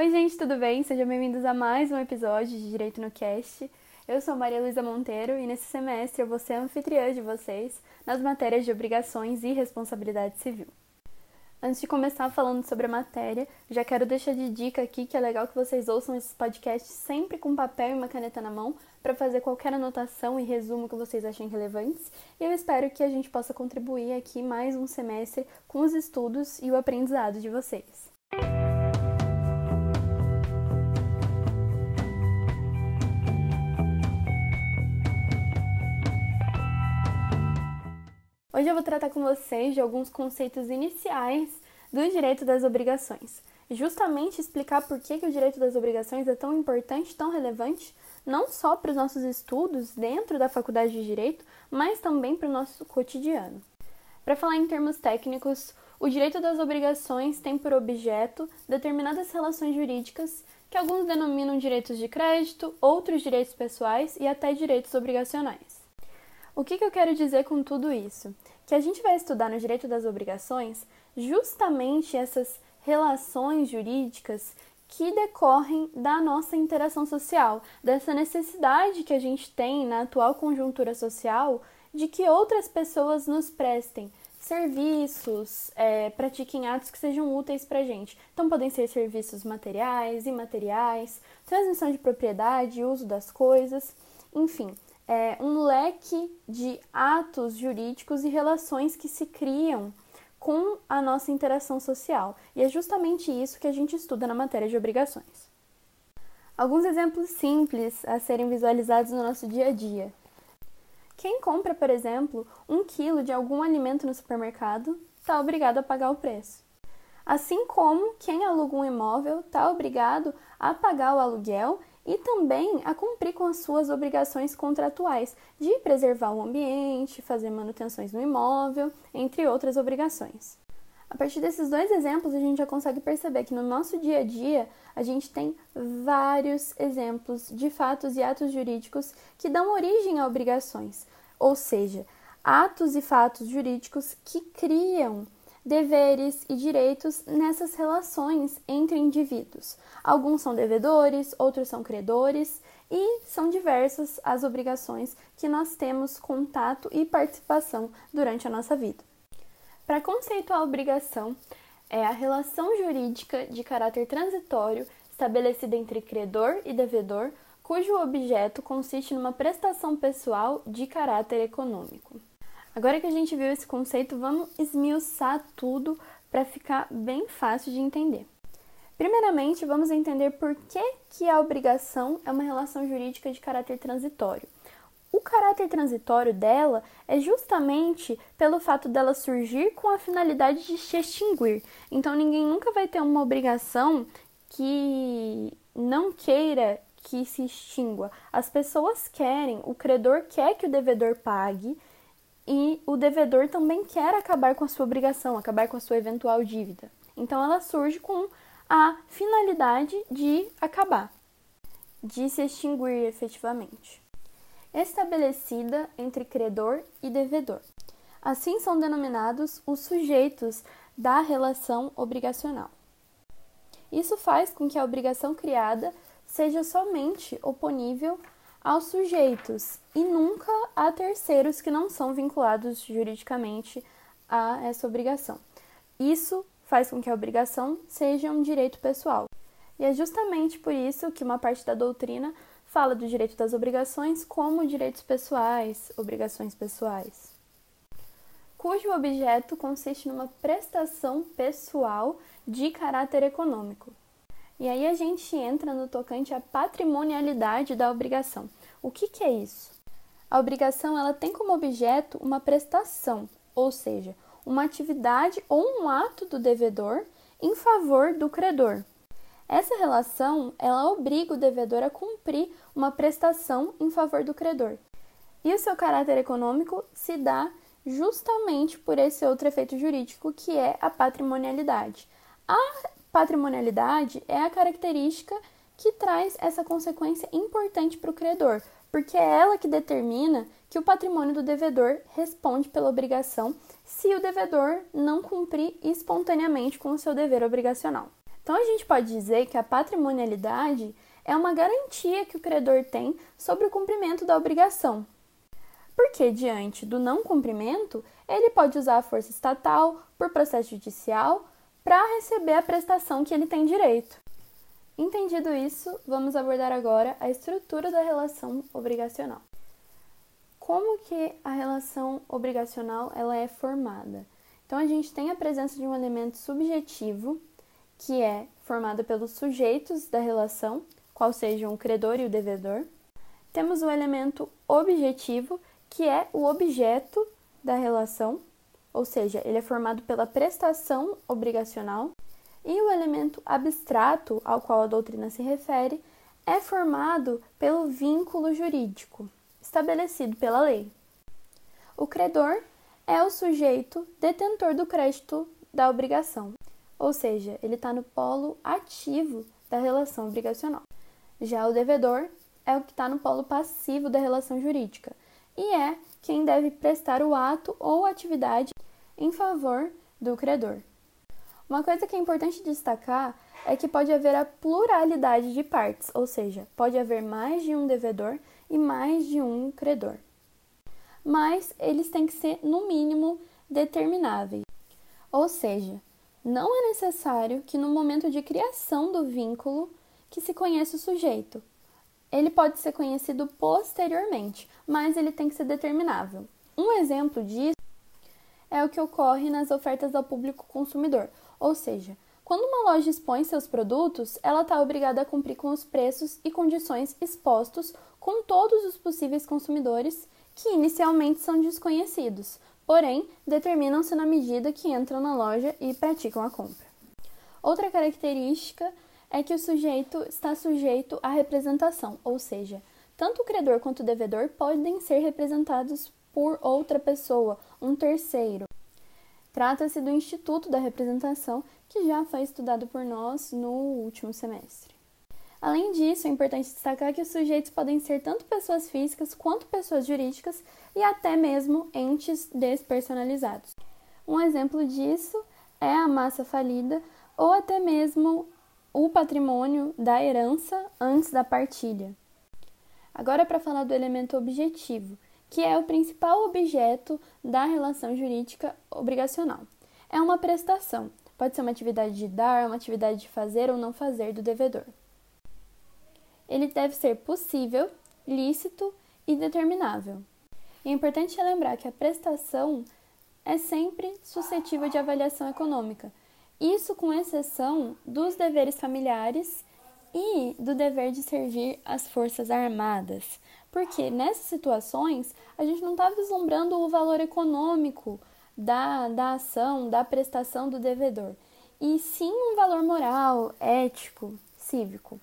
Oi, gente, tudo bem? Sejam bem-vindos a mais um episódio de Direito no Cast. Eu sou Maria Luísa Monteiro e nesse semestre eu vou ser anfitriã de vocês nas matérias de obrigações e responsabilidade civil. Antes de começar falando sobre a matéria, já quero deixar de dica aqui que é legal que vocês ouçam esses podcasts sempre com papel e uma caneta na mão para fazer qualquer anotação e resumo que vocês achem relevantes. E eu espero que a gente possa contribuir aqui mais um semestre com os estudos e o aprendizado de vocês. Hoje eu vou tratar com vocês de alguns conceitos iniciais do direito das obrigações. Justamente explicar por que o direito das obrigações é tão importante, tão relevante, não só para os nossos estudos dentro da faculdade de Direito, mas também para o nosso cotidiano. Para falar em termos técnicos, o direito das obrigações tem por objeto determinadas relações jurídicas que alguns denominam direitos de crédito, outros direitos pessoais e até direitos obrigacionais. O que eu quero dizer com tudo isso? Que a gente vai estudar no direito das obrigações justamente essas relações jurídicas que decorrem da nossa interação social, dessa necessidade que a gente tem na atual conjuntura social de que outras pessoas nos prestem serviços, pratiquem atos que sejam úteis para a gente. Então, podem ser serviços materiais, imateriais, transmissão de propriedade, uso das coisas, enfim. Um leque de atos jurídicos e relações que se criam com a nossa interação social. E é justamente isso que a gente estuda na matéria de obrigações. Alguns exemplos simples a serem visualizados no nosso dia a dia. Quem compra, por exemplo, 1 quilo de algum alimento no supermercado está obrigado a pagar o preço. Assim como quem aluga um imóvel está obrigado a pagar o aluguel e também a cumprir com as suas obrigações contratuais de preservar o ambiente, fazer manutenções no imóvel, entre outras obrigações. A partir desses dois exemplos, a gente já consegue perceber que no nosso dia a dia, a gente tem vários exemplos de fatos e atos jurídicos que dão origem a obrigações, ou seja, atos e fatos jurídicos que criam deveres e direitos nessas relações entre indivíduos. Alguns são devedores, outros são credores e são diversas as obrigações que nós temos contato e participação durante a nossa vida. Para conceituar a obrigação, é a relação jurídica de caráter transitório estabelecida entre credor e devedor, cujo objeto consiste numa prestação pessoal de caráter econômico. Agora que a gente viu esse conceito, vamos esmiuçar tudo para ficar bem fácil de entender. Primeiramente, vamos entender por que a obrigação é uma relação jurídica de caráter transitório. O caráter transitório dela é justamente pelo fato dela surgir com a finalidade de se extinguir. Então, ninguém nunca vai ter uma obrigação que não queira que se extingua. As pessoas querem, o credor quer que o devedor pague, e o devedor também quer acabar com a sua obrigação, acabar com a sua eventual dívida. Então, ela surge com a finalidade de acabar, de se extinguir efetivamente. Estabelecida entre credor e devedor. Assim são denominados os sujeitos da relação obrigacional. Isso faz com que a obrigação criada seja somente oponível aos sujeitos e nunca a terceiros que não são vinculados juridicamente a essa obrigação. Isso faz com que a obrigação seja um direito pessoal. E é justamente por isso que uma parte da doutrina fala do direito das obrigações como direitos pessoais, obrigações pessoais, cujo objeto consiste numa prestação pessoal de caráter econômico. E aí a gente entra no tocante à patrimonialidade da obrigação. O que é isso? A obrigação ela tem como objeto uma prestação, ou seja, uma atividade ou um ato do devedor em favor do credor. Essa relação ela obriga o devedor a cumprir uma prestação em favor do credor. E o seu caráter econômico se dá justamente por esse outro efeito jurídico que é a patrimonialidade. A patrimonialidade é a característica que traz essa consequência importante para o credor, porque é ela que determina que o patrimônio do devedor responde pela obrigação se o devedor não cumprir espontaneamente com o seu dever obrigacional. Então, a gente pode dizer que a patrimonialidade é uma garantia que o credor tem sobre o cumprimento da obrigação. Porque, diante do não cumprimento, ele pode usar a força estatal, por processo judicial, para receber a prestação que ele tem direito. Entendido isso, vamos abordar agora a estrutura da relação obrigacional. Como que a relação obrigacional ela é formada? Então, a gente tem a presença de um elemento subjetivo, que é formado pelos sujeitos da relação, qual sejam o credor e o devedor. Temos o elemento objetivo, que é o objeto da relação, ou seja, ele é formado pela prestação obrigacional. E o elemento abstrato, ao qual a doutrina se refere, é formado pelo vínculo jurídico, estabelecido pela lei. O credor é o sujeito detentor do crédito da obrigação, ou seja, ele está no polo ativo da relação obrigacional. Já o devedor é o que está no polo passivo da relação jurídica e é quem deve prestar o ato ou atividade em favor do credor. Uma coisa que é importante destacar é que pode haver a pluralidade de partes, ou seja, pode haver mais de um devedor e mais de um credor. Mas eles têm que ser, no mínimo, determináveis. Ou seja, não é necessário que no momento de criação do vínculo que se conheça o sujeito. Ele pode ser conhecido posteriormente, mas ele tem que ser determinável. Um exemplo disso é o que ocorre nas ofertas ao público consumidor, ou seja, quando uma loja expõe seus produtos, ela está obrigada a cumprir com os preços e condições expostos com todos os possíveis consumidores que inicialmente são desconhecidos, porém determinam-se na medida que entram na loja e praticam a compra. Outra característica é que o sujeito está sujeito à representação, ou seja, tanto o credor quanto o devedor podem ser representados por outra pessoa, um terceiro. Trata-se do Instituto da Representação, que já foi estudado por nós no último semestre. Além disso, é importante destacar que os sujeitos podem ser tanto pessoas físicas quanto pessoas jurídicas e até mesmo entes despersonalizados. Um exemplo disso é a massa falida ou até mesmo o patrimônio da herança antes da partilha. Agora, para falar do elemento objetivo, que é o principal objeto da relação jurídica obrigacional. É uma prestação, pode ser uma atividade de dar, uma atividade de fazer ou não fazer do devedor. Ele deve ser possível, lícito e determinável. É importante lembrar que a prestação é sempre suscetível de avaliação econômica, isso com exceção dos deveres familiares e do dever de servir as Forças Armadas, porque nessas situações a gente não está vislumbrando o valor econômico da ação, da prestação do devedor, e sim um valor moral, ético, cívico.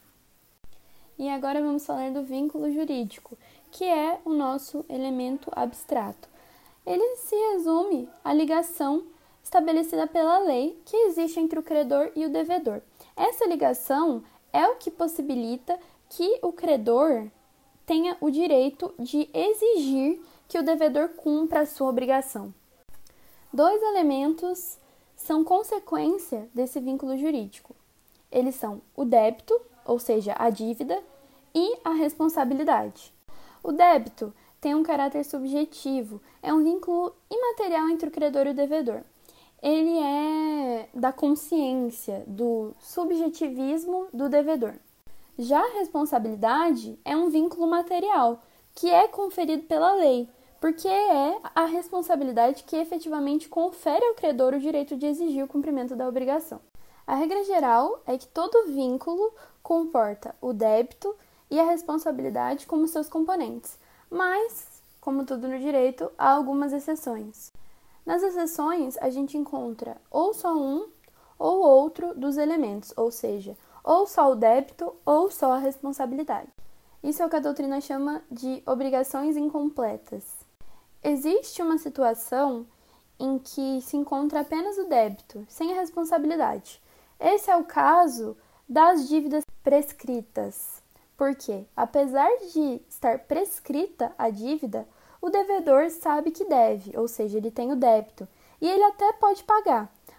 E agora vamos falar do vínculo jurídico, que é o nosso elemento abstrato. Ele se resume à ligação estabelecida pela lei que existe entre o credor e o devedor. Essa ligação é o que possibilita que o credor tenha o direito de exigir que o devedor cumpra a sua obrigação. Dois elementos são consequência desse vínculo jurídico. Eles são o débito, ou seja, a dívida, e a responsabilidade. O débito tem um caráter subjetivo, é um vínculo imaterial entre o credor e o devedor. Ele é da consciência, do subjetivismo do devedor. Já a responsabilidade é um vínculo material, que é conferido pela lei, porque é a responsabilidade que efetivamente confere ao credor o direito de exigir o cumprimento da obrigação. A regra geral é que todo vínculo comporta o débito e a responsabilidade como seus componentes, mas, como tudo no direito, há algumas exceções. Nas exceções, a gente encontra ou só um ou outro dos elementos, ou seja, ou só o débito ou só a responsabilidade. Isso é o que a doutrina chama de obrigações incompletas. Existe uma situação em que se encontra apenas o débito, sem a responsabilidade. Esse é o caso das dívidas prescritas, porque, apesar de estar prescrita a dívida, o devedor sabe que deve, ou seja, ele tem o débito, e ele até pode pagar,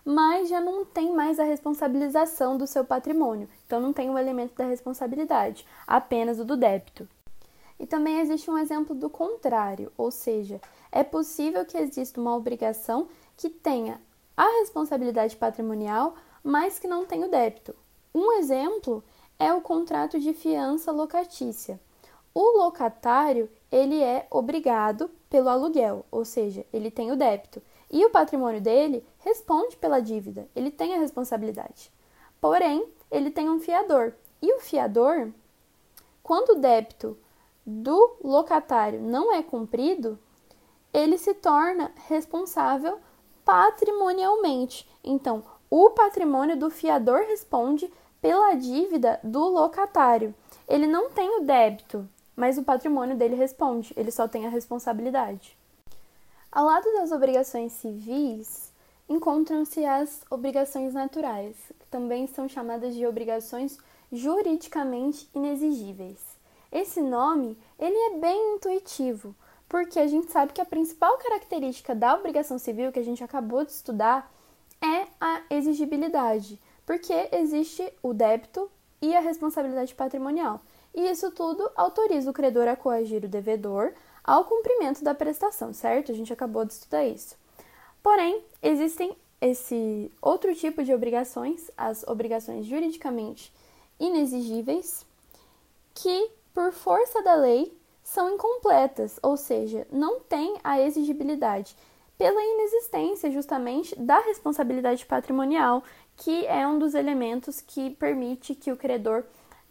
mas já não tem mais a responsabilização do seu patrimônio. Então, não tem o elemento da responsabilidade, apenas o do débito. E também existe um exemplo do contrário, ou seja, é possível que exista uma obrigação que tenha a responsabilidade patrimonial, mas que não tenha o débito. Um exemplo é o contrato de fiança locatícia. O locatário, ele é obrigado pelo aluguel, ou seja, ele tem o débito. E o patrimônio dele responde pela dívida, ele tem a responsabilidade. Porém, ele tem um fiador. E o fiador, quando o débito do locatário não é cumprido, ele se torna responsável patrimonialmente. Então, o patrimônio do fiador responde pela dívida do locatário. Ele não tem o débito, mas o patrimônio dele responde, ele só tem a responsabilidade. Ao lado das obrigações civis, encontram-se as obrigações naturais, que também são chamadas de obrigações juridicamente inexigíveis. Esse nome, ele é bem intuitivo, porque a gente sabe que a principal característica da obrigação civil, que a gente acabou de estudar, é a exigibilidade, porque existe o débito e a responsabilidade patrimonial. E isso tudo autoriza o credor a coagir o devedor ao cumprimento da prestação, certo? A gente acabou de estudar isso. Porém, existem esse outro tipo de obrigações, as obrigações juridicamente inexigíveis, que, por força da lei, são incompletas, ou seja, não têm a exigibilidade, pela inexistência justamente da responsabilidade patrimonial, que é um dos elementos que permite que o credor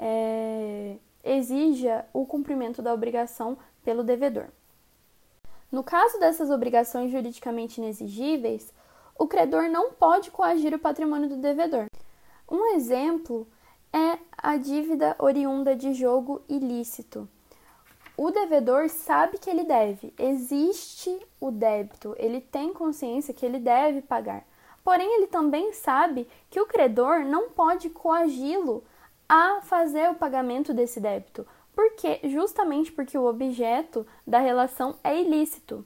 exija o cumprimento da obrigação pelo devedor. No caso dessas obrigações juridicamente inexigíveis, o credor não pode coagir o patrimônio do devedor. Um exemplo é a dívida oriunda de jogo ilícito. O devedor sabe que ele deve, existe o débito, ele tem consciência que ele deve pagar. Porém, ele também sabe que o credor não pode coagi-lo a fazer o pagamento desse débito, justamente porque o objeto da relação é ilícito.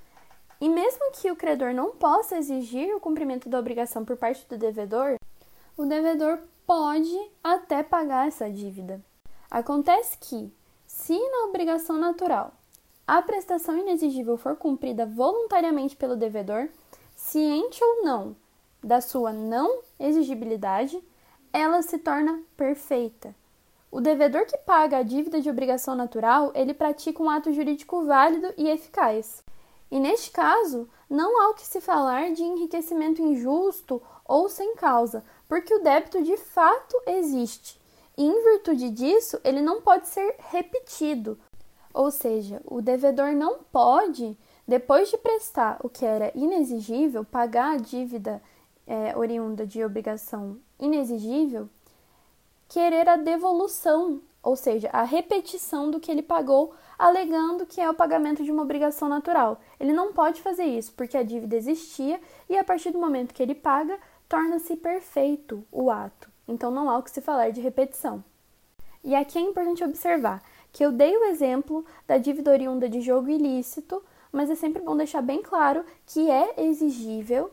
E mesmo que o credor não possa exigir o cumprimento da obrigação por parte do devedor, o devedor pode até pagar essa dívida. Acontece que, se na obrigação natural a prestação inexigível for cumprida voluntariamente pelo devedor, ciente ou não da sua não exigibilidade, ela se torna perfeita. O devedor que paga a dívida de obrigação natural, ele pratica um ato jurídico válido e eficaz. E neste caso, não há o que se falar de enriquecimento injusto ou sem causa, porque o débito de fato existe. E em virtude disso, ele não pode ser repetido. Ou seja, o devedor não pode, depois de prestar o que era inexigível, pagar a dívida oriunda de obrigação inexigível, querer a devolução, ou seja, a repetição do que ele pagou, alegando que é o pagamento de uma obrigação natural. Ele não pode fazer isso, porque a dívida existia e a partir do momento que ele paga, torna-se perfeito o ato. Então não há o que se falar de repetição. E aqui é importante observar que eu dei o exemplo da dívida oriunda de jogo ilícito, mas é sempre bom deixar bem claro que é exigível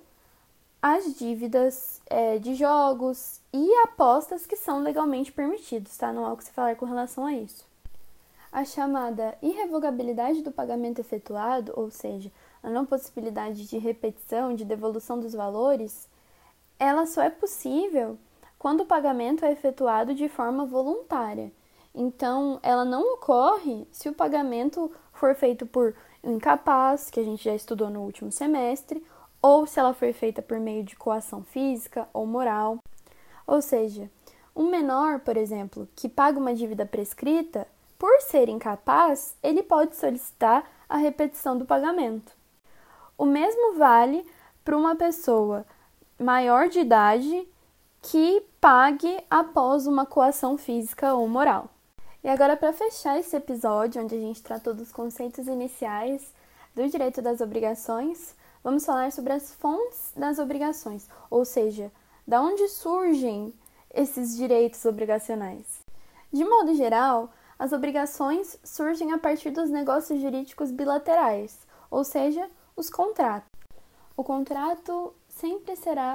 as dívidas de jogos e apostas que são legalmente permitidos, tá? Não há o que se falar com relação a isso. A chamada irrevogabilidade do pagamento efetuado, ou seja, a não possibilidade de repetição, de devolução dos valores, ela só é possível quando o pagamento é efetuado de forma voluntária. Então, ela não ocorre se o pagamento for feito por um incapaz, que a gente já estudou no último semestre, ou se ela for feita por meio de coação física ou moral. Ou seja, um menor, por exemplo, que paga uma dívida prescrita, por ser incapaz, ele pode solicitar a repetição do pagamento. O mesmo vale para uma pessoa maior de idade que pague após uma coação física ou moral. E agora, para fechar esse episódio, onde a gente tratou dos conceitos iniciais do direito das obrigações, vamos falar sobre as fontes das obrigações, ou seja, da onde surgem esses direitos obrigacionais. De modo geral, as obrigações surgem a partir dos negócios jurídicos bilaterais, ou seja, os contratos. O contrato sempre será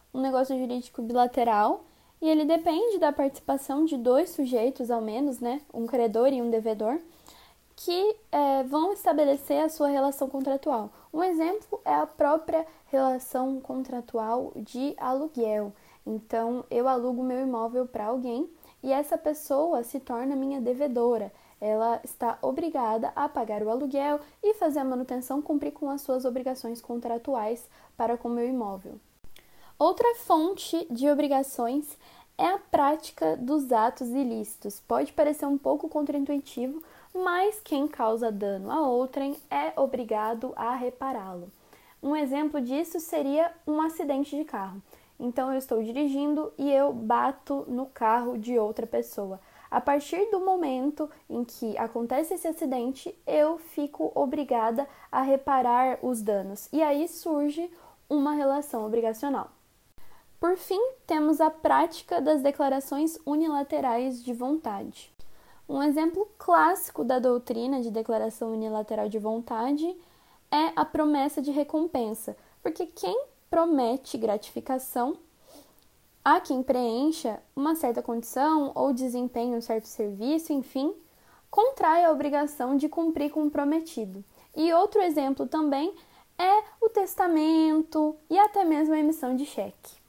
um negócio jurídico bilateral e ele depende da participação de dois sujeitos, ao menos, né? Um credor e um devedor, que vão estabelecer a sua relação contratual. Um exemplo é a própria relação contratual de aluguel. Então, eu alugo meu imóvel para alguém e essa pessoa se torna minha devedora. Ela está obrigada a pagar o aluguel e fazer a manutenção, cumprir com as suas obrigações contratuais para com o meu imóvel. Outra fonte de obrigações é a prática dos atos ilícitos. Pode parecer um pouco contraintuitivo, mas quem causa dano a outrem é obrigado a repará-lo. Um exemplo disso seria um acidente de carro. Então, eu estou dirigindo e eu bato no carro de outra pessoa. A partir do momento em que acontece esse acidente, eu fico obrigada a reparar os danos. E aí surge uma relação obrigacional. Por fim, temos a prática das declarações unilaterais de vontade. Um exemplo clássico da doutrina de declaração unilateral de vontade é a promessa de recompensa, porque quem promete gratificação a quem preencha uma certa condição ou desempenha um certo serviço, enfim, contrai a obrigação de cumprir com o prometido. E outro exemplo também é o testamento e até mesmo a emissão de cheque.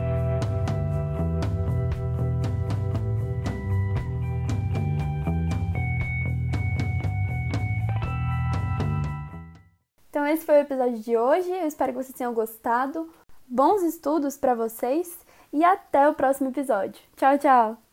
Então esse foi o episódio de hoje, eu espero que vocês tenham gostado. Bons estudos para vocês e até o próximo episódio. Tchau, tchau!